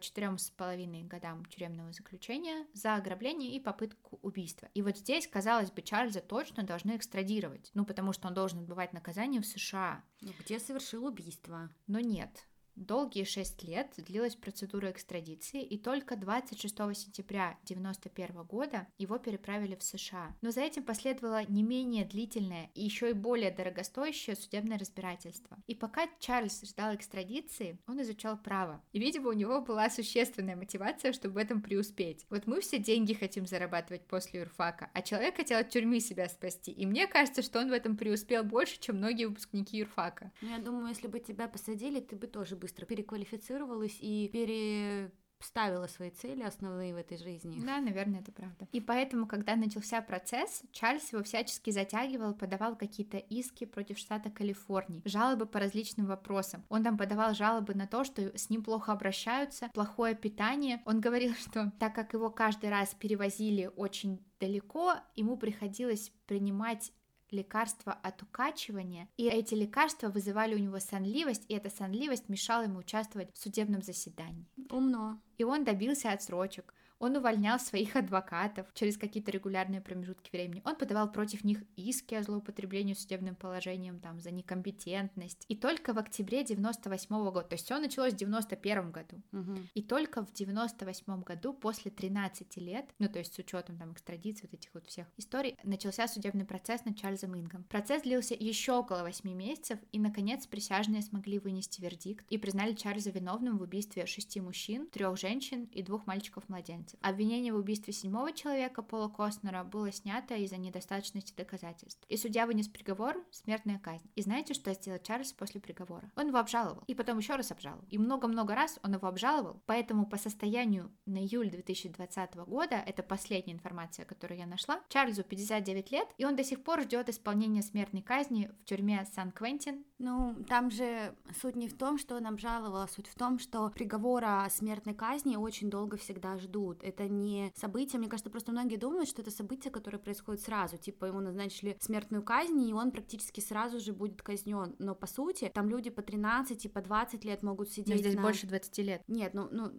4,5 годам тюремного заключения за ограбление и попытку убийства. И вот здесь, казалось бы, Чарльза точно должны экстрадировать, потому что он должен отбывать наказание в США. Где совершил убийство. Но нет. Долгие 6 лет длилась процедура экстрадиции, и только 26 сентября 1991 года его переправили в США. Но за этим последовало не менее длительное и еще и более дорогостоящее судебное разбирательство. И пока Чарльз ждал экстрадиции, он изучал право. И, видимо, у него была существенная мотивация, чтобы в этом преуспеть. Вот мы все деньги хотим зарабатывать после юрфака, а человек хотел от тюрьмы себя спасти. И мне кажется, что он в этом преуспел больше, чем многие выпускники юрфака. Я думаю, если бы тебя посадили, ты бы тоже быстро переквалифицировалась и переставила свои цели основные в этой жизни. Да, наверное, это правда. И поэтому, когда начался процесс, Чарльз его всячески затягивал, подавал какие-то иски против штата Калифорния, жалобы по различным вопросам. Он там подавал жалобы на то, что с ним плохо обращаются, плохое питание. Он говорил, что так как его каждый раз перевозили очень далеко, ему приходилось принимать лекарства от укачивания, и эти лекарства вызывали у него сонливость, и эта сонливость мешала ему участвовать в судебном заседании. Умно. И он добился отсрочек. Он увольнял своих адвокатов через какие-то регулярные промежутки времени. Он подавал против них иски о злоупотреблении судебным положением, там, за некомпетентность. И только в октябре 98 года, то есть все началось в 91 году, и только в 98 году, после 13 лет, то есть с учетом там экстрадиции, вот этих вот всех историй, начался судебный процесс над Чарльзом Ингом. Процесс длился еще около 8 месяцев, и, наконец, присяжные смогли вынести вердикт и признали Чарльза виновным в убийстве 6 мужчин, 3 женщин и 2 мальчиков-младенцев. Обвинение в убийстве 7-го человека, Пола Костнера, было снято из-за недостаточности доказательств. И судья вынес приговор — смертная казнь. И знаете, что сделал Чарльз после приговора? Он его обжаловал. И потом еще раз обжаловал. И много-много раз он его обжаловал. Поэтому по состоянию на июль 2020 года, это последняя информация, которую я нашла, Чарльзу 59 лет, и он до сих пор ждет исполнения смертной казни в тюрьме Сан-Квентин. Там же суть не в том, что он обжаловал, а суть в том, что приговора о смертной казни очень долго всегда ждут. Это не событие, мне кажется, просто многие думают, что это событие, которое происходит сразу, типа ему назначили смертную казнь, и он практически сразу же будет казнен, но по сути, там люди по 13 и по 20 лет могут сидеть. Но здесь больше 20 лет. Нет,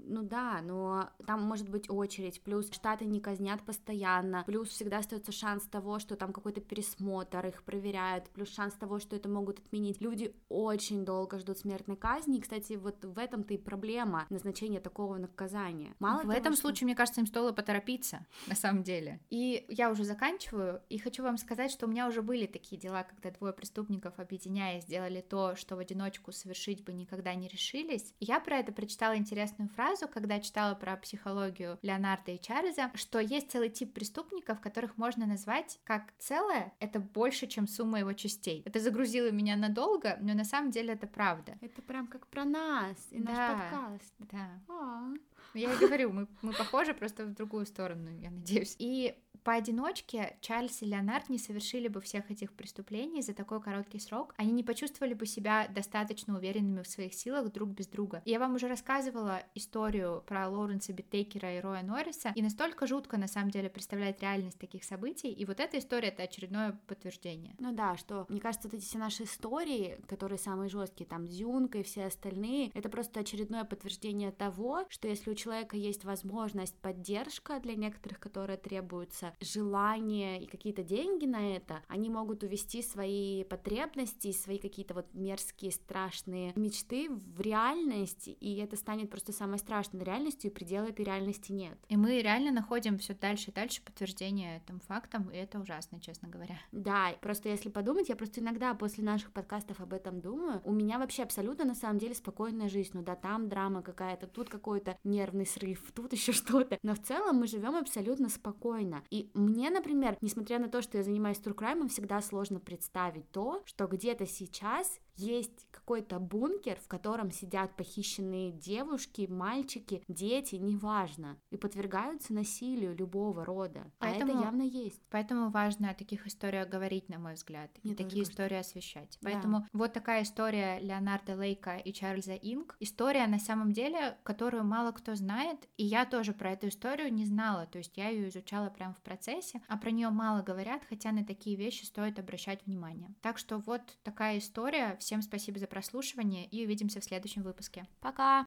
да, но там может быть очередь, плюс штаты не казнят постоянно, плюс всегда остается шанс того, что там какой-то пересмотр, их проверяют, плюс шанс того, что это могут отменить. люди очень долго ждут смертной казни, и, кстати, вот в этом-то и проблема назначения такого наказания. В этом случае, мне кажется, им стоило поторопиться, на самом деле. И я уже заканчиваю, и хочу вам сказать, что у меня уже были такие дела, когда двое преступников, объединяясь, сделали то, что в одиночку совершить бы никогда не решились. И я про это прочитала интересную фразу, когда читала про психологию Леонардо и Чарльза, что есть целый тип преступников, которых можно назвать как целое, это больше, чем сумма его частей. Это загрузило меня надолго, но на самом деле это правда. Это прям как про нас и наш подкаст. Да. Я и говорю, мы похожи, просто в другую сторону, я надеюсь. И поодиночке Чарльз и Леонард не совершили бы всех этих преступлений за такой короткий срок. Они не почувствовали бы себя достаточно уверенными в своих силах друг без друга. И я вам уже рассказывала историю про Лоуренса Биттекера и Роя Норриса, и настолько жутко, на самом деле, представлять реальность таких событий, и вот эта история — это очередное подтверждение. Ну да, что, мне кажется, вот эти все наши истории, которые самые жесткие, там, Дзюнка и все остальные, это просто очередное подтверждение того, что если у человека есть возможность, поддержка для некоторых, которая требуется, желание и какие-то деньги на это, они могут увести свои потребности, свои какие-то вот мерзкие, страшные мечты в реальность, и это станет просто самой страшной реальностью, и предела этой реальности нет. И мы реально находим все дальше и дальше подтверждение этим фактам, и это ужасно, честно говоря. Да, просто если подумать, я просто иногда после наших подкастов об этом думаю, у меня вообще абсолютно на самом деле спокойная жизнь, ну да, там драма какая-то, тут какой-то нервный срыв, тут еще что-то, но в целом мы живем абсолютно спокойно. И мне, например, несмотря на то, что я занимаюсь true crime, всегда сложно представить то, что где-то сейчас есть какой-то бункер, в котором сидят похищенные девушки, мальчики, дети, неважно, и подвергаются насилию любого рода. Поэтому, а это явно есть. Поэтому важно о таких историях говорить, на мой взгляд, и такие истории освещать. Поэтому Да. вот такая история Леонарда Лейка и Чарльза Инг. История, на самом деле, которую мало кто знает, и я тоже про эту историю не знала, то есть я ее изучала прямо в процессе, а про нее мало говорят, хотя на такие вещи стоит обращать внимание. Так что вот такая история. Всем спасибо за прослушивание и увидимся в следующем выпуске. Пока!